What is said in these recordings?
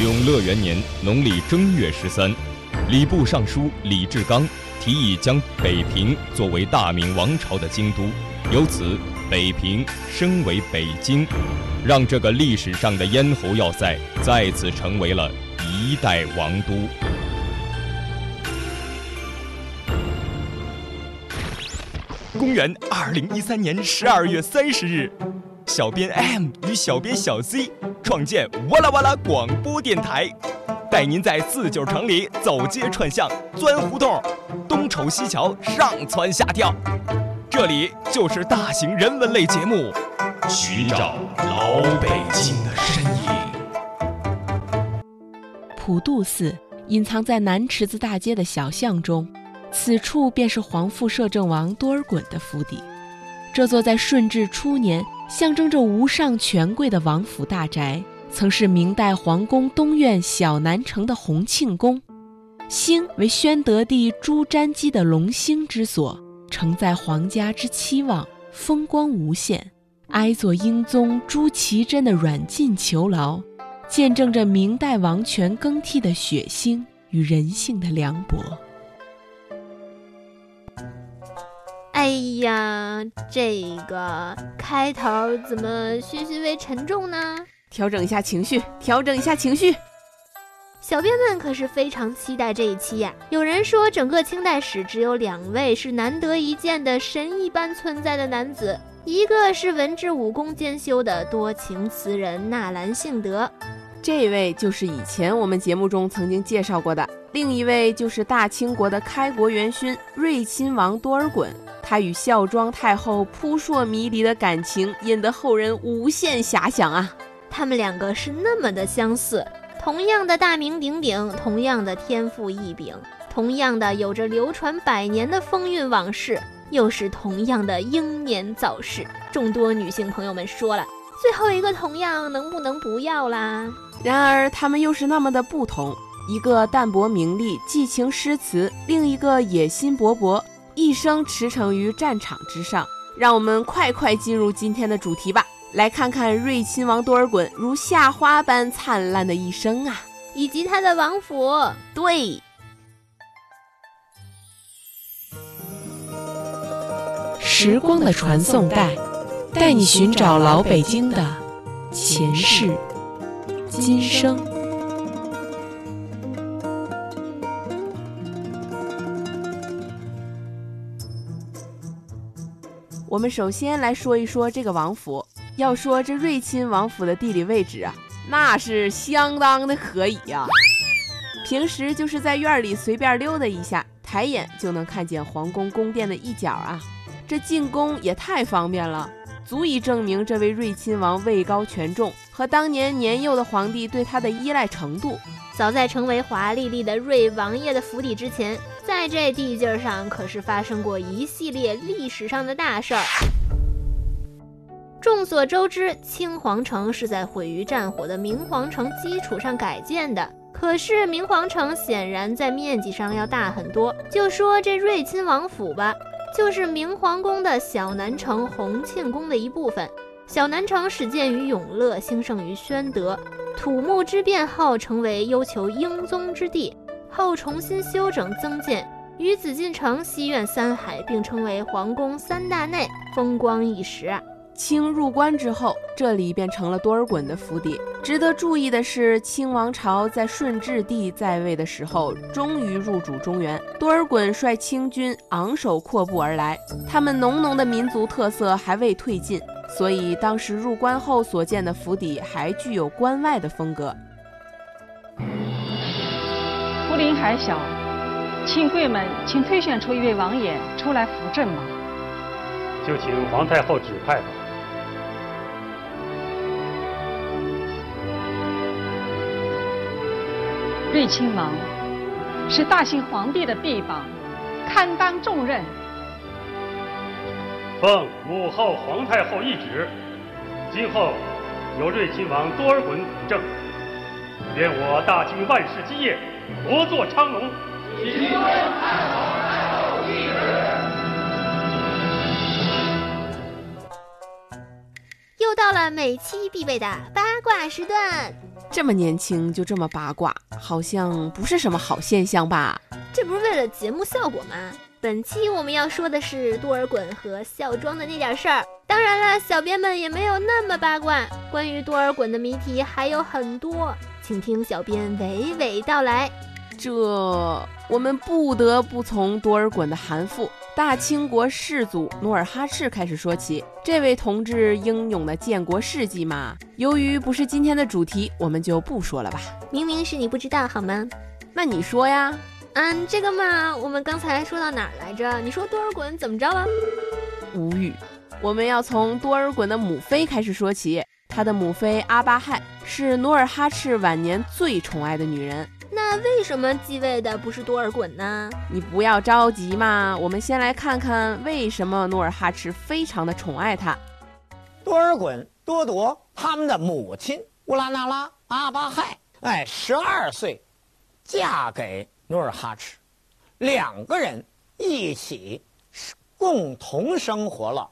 永乐元年农历正月13，礼部尚书李志刚提议将北平作为大明王朝的京都，由此北平升为北京，让这个历史上的咽喉要塞再次成为了一代王都。公元2013年12月30日，小编 M 与小编小 C 创建哇啦哇啦广播电台，带您在4·9城里走街串巷、钻胡同，东瞅西瞧，上蹿下跳。这里就是大型人文类节目，寻找老北京的身影。 普渡寺隐藏在南池子大街的小巷中，此处便是皇父摄政王多尔衮的府邸。这座在顺治初年象征着无上权贵的王府大宅，曾是明代皇宫东院小南城的洪庆宫，兴为宣德帝朱瞻基的龙兴之所，承载皇家之期望，风光无限。哀作英宗朱祁镇的软禁囚牢，见证着明代王权更替的血腥与人性的凉薄。 哎呀，这个开头怎么虚虚为沉重呢？ 调整一下情绪，调整一下情绪。 小编们可是非常期待这一期呀。有人说整个清代史只有2位是难得一见的神一般存在的男子，一个是文治武功兼修的多情词人纳兰性德， 这位就是以前我们节目中曾经介绍过的，另一位就是大清国的开国元勋睿亲王多尔衮。他与孝庄太后扑朔迷离的感情引得后人无限遐想啊。 他们2个是那么的相似，同样的大名鼎鼎，同样的天赋异禀，同样的有着流传100年的风韵往事，又是同样的英年早逝。众多女性朋友们说了，最后一个同样能不能不要啦？ 然而他们又是那么的不同，一个淡泊名利，寄情诗词，另一个野心勃勃，一生驰骋于战场之上。让我们快进入今天的主题吧，来看看睿亲王多尔衮如夏花般灿烂的一生啊， 以及他的王府。 对，时光的传送带，带你寻找老北京的前世今生。我们首先来说一说这个王府。要说这睿亲王府的地理位置啊，那是相当的可以啊。平时就是在院里随便溜达一下，抬眼就能看见皇宫宫殿的一角啊。这进宫也太方便了，足以证明这位睿亲王位高权重和当年年幼的皇帝对他的依赖程度。 早在成为华丽丽的睿王爷的府邸之前，在这地界上可是发生过一系列历史上的大事儿。众所周知，清皇城是在毁于战火的明皇城基础上改建的，可是明皇城显然在面积上要大很多。就说这睿亲王府吧，就是明皇宫的小南城洪庆宫的一部分。小南城始建于永乐，兴盛于宣德，土木之变后成为忧求英宗之地，后重新修整增建，与紫禁城、西苑、三海并称为皇宫3大内，风光一时啊。 清入关之后，这里便成了多尔衮的府邸。值得注意的是，清王朝在顺治帝在位的时候终于入主中原，多尔衮率清军昂首阔步而来，他们浓浓的民族特色还未退尽，所以当时入关后所建的府邸还具有关外的风格。 福临还小，亲贵们请推选出一位王爷出来扶正吧。 就请皇太后指派吧。 睿亲王是大清皇帝的臂膀，堪当重任。 奉母后皇太后懿旨，今后由睿亲王多尔衮辅政，愿我大清万世基业，国祚昌隆。 请奉太后懿旨。 又到到了每期必备的八卦时段。 这么年轻就这么八卦，好像不是什么好现象吧？ 这不是为了节目效果吗？本期我们要说的是多尔衮和孝庄的那点事儿。当然了，小编们也没有那么八卦，关于多尔衮的谜题还有很多，请听小编娓娓道来。 我们不得不从多尔衮的韩父大清国世祖努尔哈赤开始说起。这位同志英勇的建国事迹嘛，由于不是今天的主题，我们就不说了吧。 明明是你不知道好吗？ 那你说呀。 这个嘛，我们刚才说到哪儿来着？你说多尔衮怎么着啊？ 无语。我们要从多尔衮的母妃开始说起。他的母妃阿巴亥是努尔哈赤晚年最宠爱的女人。 那为什么继位的不是多尔衮呢？ 你不要着急嘛，我们先来看看为什么努尔哈赤非常的宠爱他。 多尔衮多铎他们的母亲乌拉那拉阿巴亥，12岁嫁给努尔哈赤，2个人一起共同生活了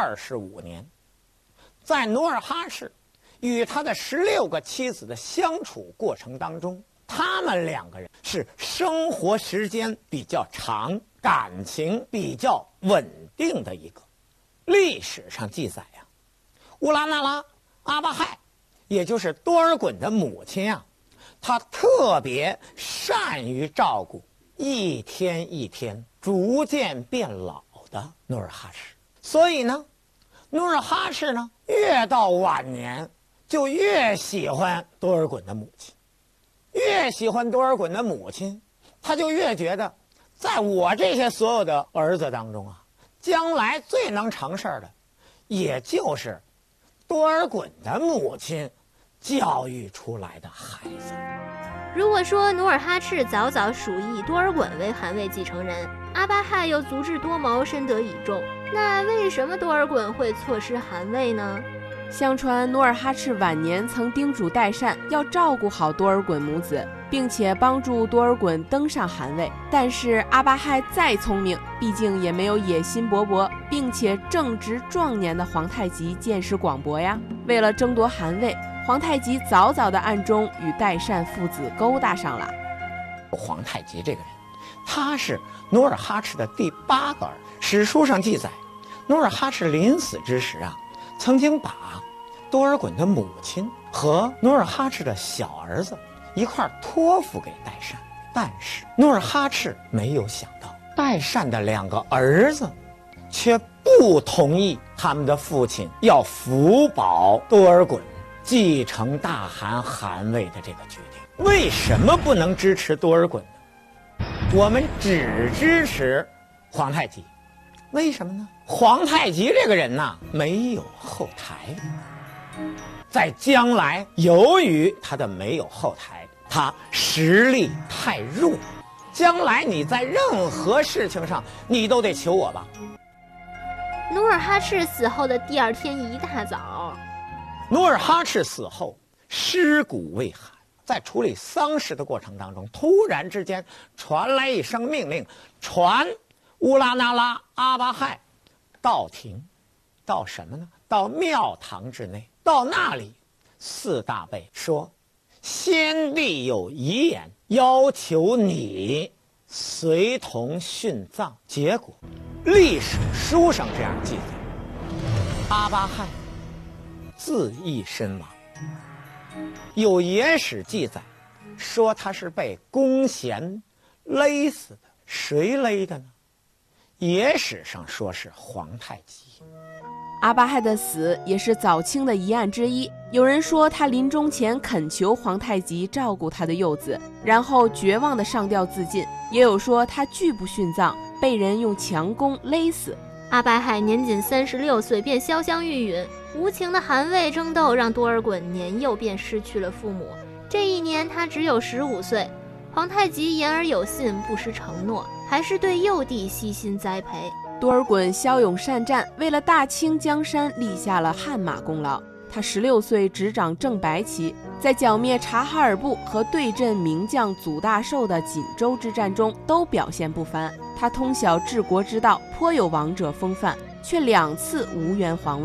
25年。在努尔哈赤与他的16个妻子的相处过程当中，他们2个人是生活时间比较长、感情比较稳定的一个。历史上记载呀，乌拉那拉阿巴亥，也就是多尔衮的母亲啊，她特别善于照顾一天一天逐渐变老的努尔哈赤。所以呢，努尔哈赤呢，越到晚年就越喜欢多尔衮的母亲。越喜欢多尔衮的母亲，他就越觉得，在我这些所有的儿子当中啊，将来最能成事的，也就是多尔衮的母亲教育出来的孩子。 如果说努尔哈赤早早属意多尔衮为汗位继承人，阿巴亥又足智多谋，深得倚重，那为什么多尔衮会错失汗位呢？ 相传努尔哈赤晚年曾叮嘱代善要照顾好多尔衮母子，并且帮助多尔衮登上汗位。但是阿巴亥再聪明，毕竟也没有野心勃勃并且正值壮年的皇太极见识广博呀。为了争夺汗位，皇太极早早的暗中与代善父子勾搭上了。 皇太极这个人，他是努尔哈赤的第8个儿。史书上记载，努尔哈赤临死之时啊，曾经把多尔衮的母亲和努尔哈赤的小儿子一块托付给代善，但是努尔哈赤没有想到，代善的2个儿子却不同意他们的父亲要辅保多尔衮继承大汗汗位的这个决定。为什么不能支持多尔衮呢？我们只支持皇太极。为什么呢？皇太极这个人呐，没有后台。在将来，由于他的没有后台，他实力太弱，将来你在任何事情上，你都得求我吧。 努尔哈赤死后的第2天一大早， 努尔哈赤死后尸骨未寒，在处理丧事的过程当中，突然之间传来一声命令，传乌拉那拉阿巴亥到庭，到什么呢？到庙堂之内。到那里，4大辈说，先帝有遗言，要求你随同殉葬。结果历史书上这样记载，阿巴亥自缢身亡。有野史记载说他是被弓弦勒死的。谁勒的呢？野史上说是皇太极。 阿巴亥的死也是早清的疑案之一。有人说他临终前恳求皇太极照顾他的幼子，然后绝望地上吊自尽。也有说他拒不殉葬，被人用强弓勒死。 阿巴亥年仅36岁便潇湘玉殒，无情的汗位争斗让多尔衮年幼便失去了父母。这一年他只有15岁。皇太极言而有信，不失承诺，还是对幼弟悉心栽培。 多尔衮骁勇善战，为了大清江山立下了汗马功劳。他16岁执掌正白旗，在剿灭察哈尔部和对阵名将祖大寿的锦州之战中都表现不凡。他通晓治国之道，颇有王者风范，却2次无缘皇位。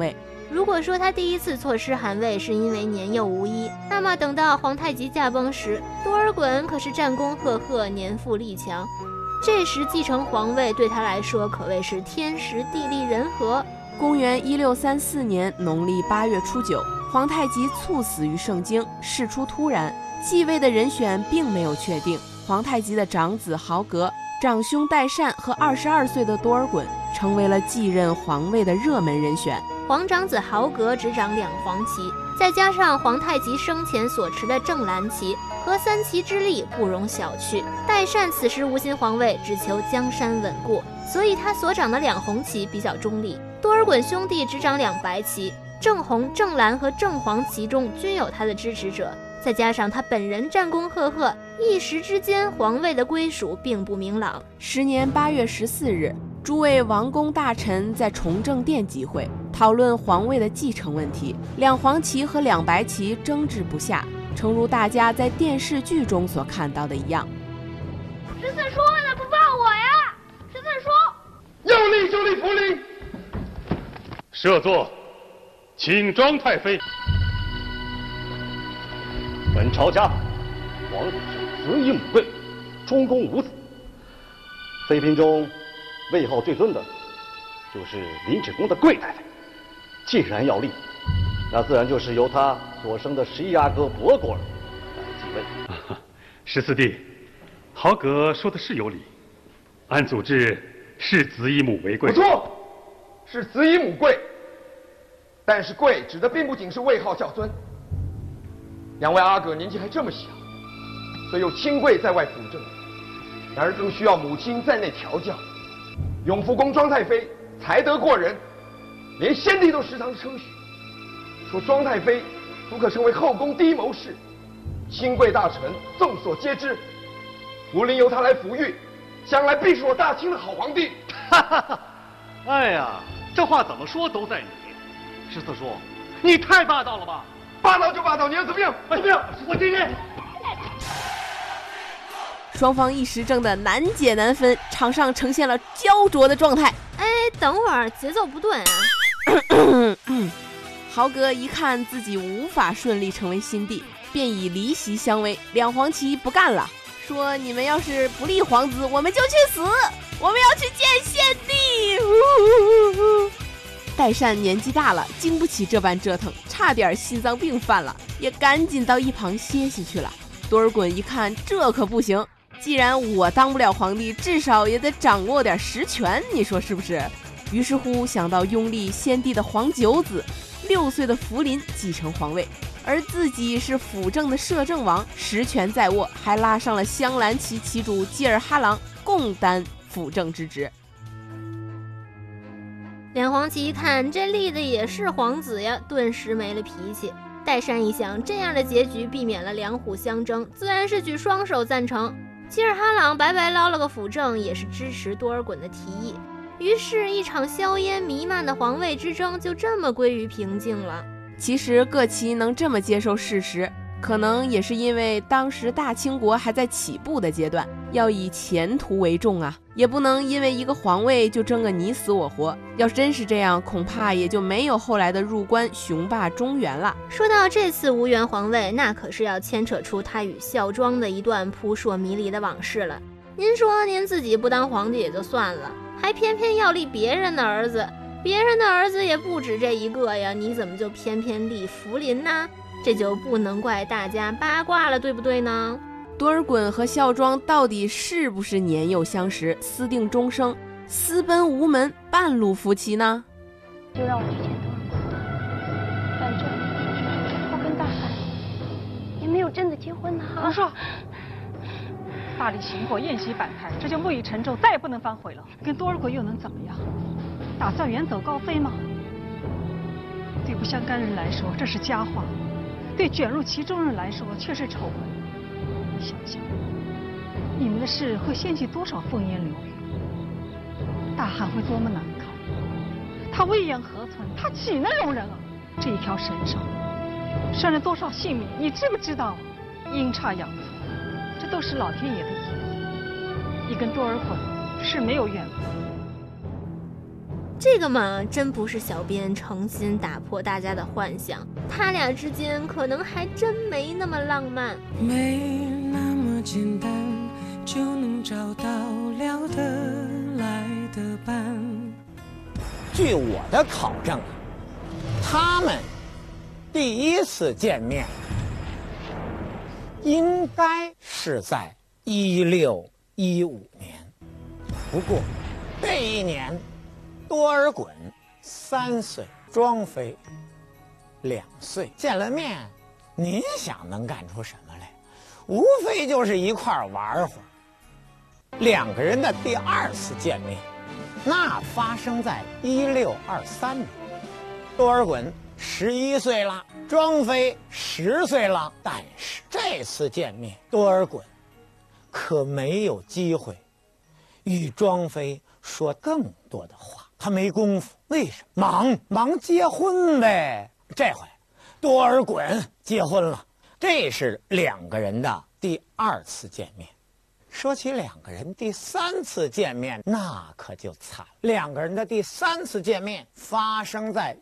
如果说他第一次错失汗位是因为年幼无依，那么等到皇太极驾崩时，多尔衮可是战功赫赫，年富力强。这时继承皇位对他来说可谓是天时地利人和。 公元1634年农历8月初9，皇太极猝死于盛京，事出突然，继位的人选并没有确定。皇太极的长子豪格、长兄代善和22岁的多尔衮成为了继任皇位的热门人选。 皇长子豪格执掌2黄旗，再加上皇太极生前所持的正蓝旗，和3旗之力不容小觑。代善此时无心皇位，只求江山稳固，所以他所掌的2红旗比较中立。多尔衮兄弟执掌2白旗，正红、正蓝和正黄旗中均有他的支持者，再加上他本人战功赫赫，一时之间皇位的归属并不明朗。 时年8月14日，诸位王公大臣在崇政殿集会，讨论皇位的继承问题。2黄旗和2白旗争执不下，诚如大家在电视剧中所看到的一样。 14叔为了不放我呀！14叔， 要立就立福临。 设座，请庄太妃。 本朝家皇子是子以母贵，忠公无子。妃嫔中位号最尊的，就是临止宫的贵太妃。既然要立，那自然就是由她所生的11阿哥博果儿来继位。 14弟，豪格说的是有理，按祖制是子以母为贵。 不错，是子以母贵。但是贵指的并不仅是位号较尊，2位阿哥年纪还这么小，虽有亲贵在外辅政，然而更需要母亲在内调教。永福宫庄太妃才德过人，连先帝都时常称许，说庄太妃足可成为后宫第一谋士。亲贵大臣众所皆知，福临由她来抚育，将来必是我大清的好皇帝。 哈哈哈！哎呀，这话怎么说都在你。14叔，你太霸道了吧！ 霸道就霸道，你要怎么样？怎么样？我听听。 双方一时争得难解难分，场上呈现了焦灼的状态。 哎，等会儿节奏不对啊！ 豪格一看自己无法顺利成为新帝，便以离席相威，2黄旗不干了，说你们要是不立皇子，我们就去死，我们要去见先帝。代善年纪大了，经不起这般折腾，差点心脏病犯了，也赶紧到一旁歇息去了。多尔衮一看这可不行，既然我当不了皇帝，至少也得掌握点实权，你说是不是？于是乎想到拥立先帝的皇九子6岁的福临继承皇位，而自己是辅政的摄政王，实权在握，还拉上了镶蓝旗旗主济尔哈朗共担辅政之职。 2黄旗一看这立的也是皇子呀，顿时没了脾气。代善一想，这样的结局避免了2虎相争，自然是举双手赞成。济尔哈朗白白捞了个辅政，也是支持多尔衮的提议。于是，一场硝烟弥漫的皇位之争就这么归于平静了。 其实各旗能这么接受事实，可能也是因为当时大清国还在起步的阶段，要以前途为重啊，也不能因为一个皇位就争个你死我活。要真是这样，恐怕也就没有后来的入关雄霸中原了。 说到这次无缘皇位，那可是要牵扯出他与孝庄的一段扑朔迷离的往事了。您说您自己不当皇帝也就算了，还偏偏要立别人的儿子，别人的儿子也不止这一个呀，你怎么就偏偏立福临呢？这就不能怪大家八卦了，对不对呢？ 多尔衮和孝庄到底是不是年幼相识，私定终生，私奔无门，半路夫妻呢？ 就让我去见多尔衮，反正我跟大汗也没有真的结婚呢。 胡说！大理行过，宴席摆开，这就木已成舟，再也不能反悔了。跟多尔衮又能怎么样？打算远走高飞吗？对不相干人来说，这是佳话；对卷入其中人来说，却是丑闻。想想，你们的事会掀起多少风言流语，大汗会多么难堪。他威严何存？他岂能容忍啊？这一条绳上拴了多少性命，你知不知道？阴差阳错，这都是老天爷的意思。你跟多尔衮是没有缘分。 这个嘛，真不是小编诚心打破大家的幻想，他俩之间可能还真没那么浪漫。 没那么简单就能找到聊得来的伴。 据我的考证，他们第一次见面应该是在1615年，不过这一年多尔衮3岁，庄妃2岁，见了面，您想能干出什么来？无非就是一块玩会儿。两个人的第2次见面，那发生在1623年，多尔衮11岁了，庄妃10岁了。但是这次见面，多尔衮可没有机会与庄妃说更多的话，他没功夫。为什么？忙结婚呗。这回多尔衮结婚了，这是两个人的第2次见面。说起两个人第3次见面，那可就惨。两个人的第3次见面发生在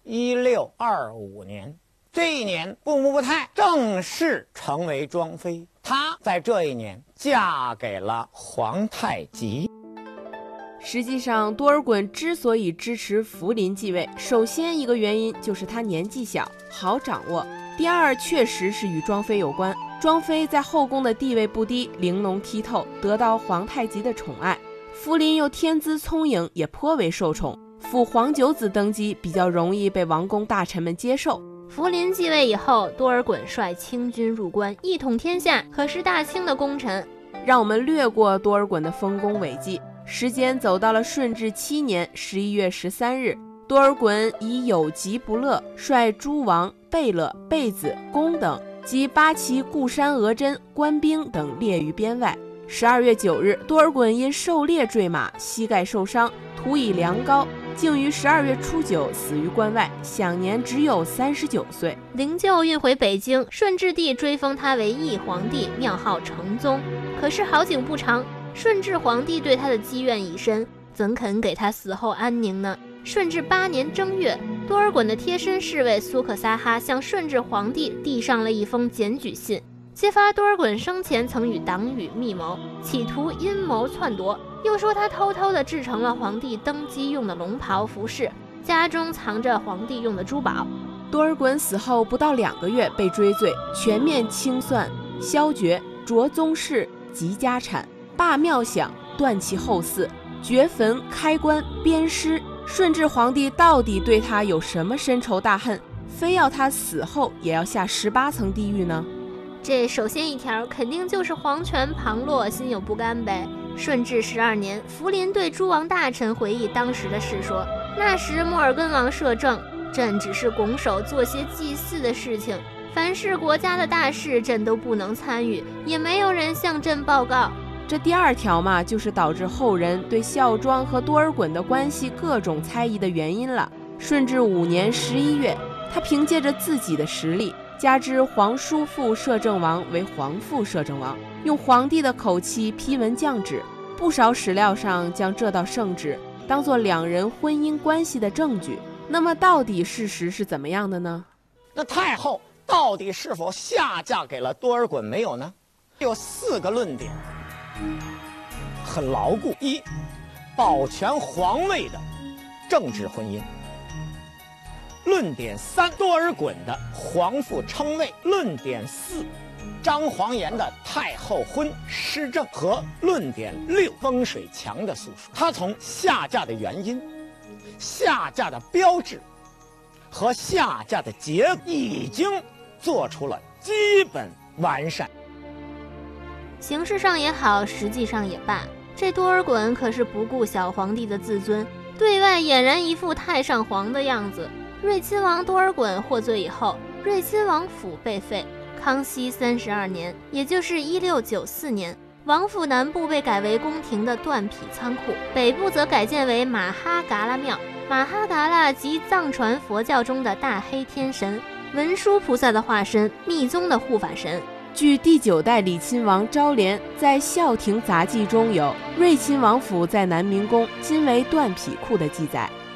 1625年，这一年布木布泰正式成为庄妃，她在这一年嫁给了皇太极。 实际上，多尔衮之所以支持福临继位，首先一个原因就是他年纪小，好掌握；第二，确实是与庄妃有关。庄妃在后宫的地位不低，玲珑剔透，得到皇太极的宠爱。福临又天资聪颖，也颇为受宠。父皇九子登基，比较容易被王公大臣们接受。 福临继位以后，多尔衮率清军入关，一统天下，可是大清的功臣。 让我们略过多尔衮的丰功伟绩，时间走到了顺治7年11月13日，多尔衮以有疾不乐，率诸王、贝勒、贝子、公等及八旗固山额真、官兵等列于边外。12月9日，多尔衮因狩猎坠马，膝盖受伤，徒以粮膏，竟于12月初9死于关外，享年只有39岁。 灵柩运回北京，顺治帝追封他为义皇帝，庙号承宗。可是好景不长，顺治皇帝对他的积怨已深，怎肯给他死后安宁呢？顺治8年正月，多尔衮的贴身侍卫苏克萨哈向顺治皇帝递上了一封检举信，揭发多尔衮生前曾与党羽密谋，企图阴谋篡夺，又说他偷偷地制成了皇帝登基用的龙袍服饰，家中藏着皇帝用的珠宝。 多尔衮死后不到2个月被追罪，全面清算、削爵、着宗室及家产，罢庙享，断其后嗣，掘坟、开棺、鞭尸。顺治皇帝到底对他有什么深仇大恨，非要他死后也要下18层地狱呢？ 这首先一条肯定就是皇权旁落，心有不甘呗。顺治12年，福临对诸王大臣回忆当时的事说，那时莫尔根王摄政，朕只是拱手做些祭祀的事情，凡是国家的大事朕都不能参与，也没有人向朕报告。 这第2条嘛，就是导致后人对孝庄和多尔衮的关系各种猜疑的原因了。顺治5年11月，他凭借着自己的实力，加之皇叔父摄政王为皇父摄政王，用皇帝的口气批文降旨，不少史料上将这道圣旨当作两人婚姻关系的证据。那么到底事实是怎么样的呢？ 那太后到底是否下嫁给了多尔衮没有呢？有4个论点，很牢固。1. 保全皇位的政治婚姻。论点3，多尔衮的皇父称谓。论点4，张煌言的太后婚施政。和论点6，风水墙的诉说。他从下嫁的原因、下嫁的标志和下嫁的结果已经做出了基本完善。 形式上也好，实际上也罢，这多尔衮可是不顾小皇帝的自尊，对外俨然一副太上皇的样子。睿亲王多尔衮获罪以后，睿亲王府被废。康熙32年，也就是1694年，王府南部被改为宫廷的缎匹仓库，北部则改建为马哈嘎拉庙。马哈嘎拉即藏传佛教中的大黑天神，文殊菩萨的化身，密宗的护法神。 据第9代李亲王昭廉在《孝廷杂记》中有睿亲王府在南明宫，今为缎匹库的记载。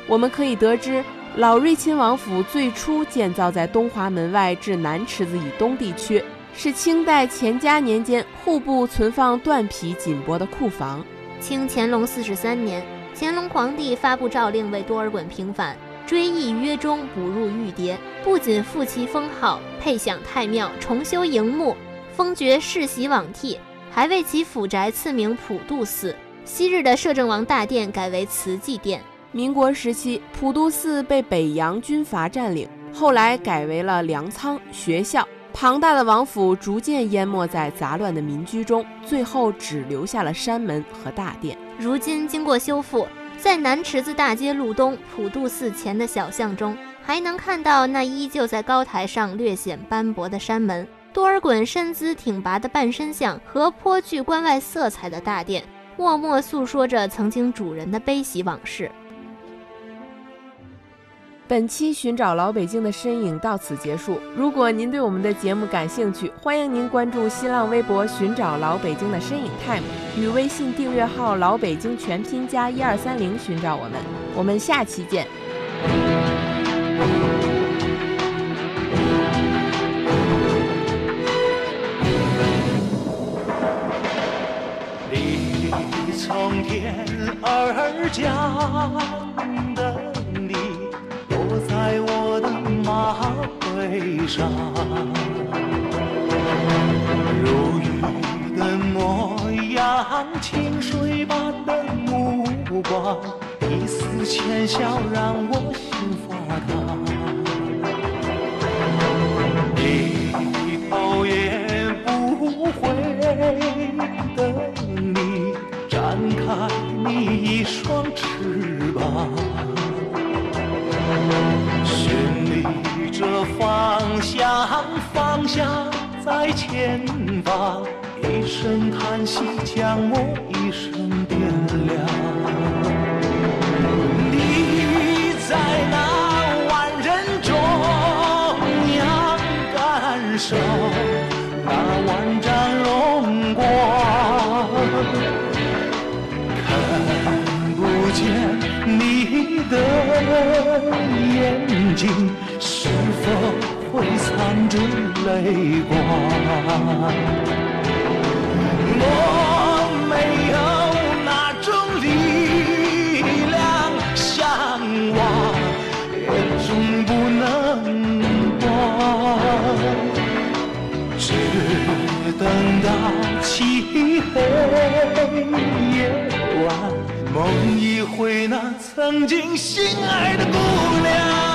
我们可以得知，老瑞亲王府最初建造在东华门外至南池子以东地区，是清代乾嘉年间户部存放缎皮锦帛的库房。 清乾隆43年，乾隆皇帝发布诏令为多尔衮平反，追谥约中，补入玉牒，不仅复其封号，配享太庙，重修营墓，封爵世袭罔替，还为其府宅赐名普渡寺。昔日的摄政王大殿改为慈济殿。 民国时期，普渡寺被北洋军阀占领，后来改为了粮仓、学校。庞大的王府逐渐淹没在杂乱的民居中，最后只留下了山门和大殿。 如今经过修复，在南池子大街路东普渡寺前的小巷中，还能看到那依旧在高台上略显斑驳的山门，多尔衮身姿挺拔的半身像和颇具关外色彩的大殿，默默诉说着曾经主人的悲喜往事。 本期寻找老北京的身影到此结束。如果您对我们的节目感兴趣，欢迎您关注新浪微博寻找老北京的身影 time， 与微信订阅号老北京全拼加1230寻找我们。我们下期见。 你从天而降的你，落在我的马背上，如玉的模样，清水般的目光，一丝浅笑让我心发烫。低头也不回的你，展开你一双翅膀，寻觅着方向，方向在前方，一声叹息将我一生点亮。你在那万人中央感受那万丈荣光，看不见你的眼睛是否会藏着泪光。我没有那种力量向往，也终不能忘，只等到漆黑夜晚，梦一回那曾经心爱的姑娘。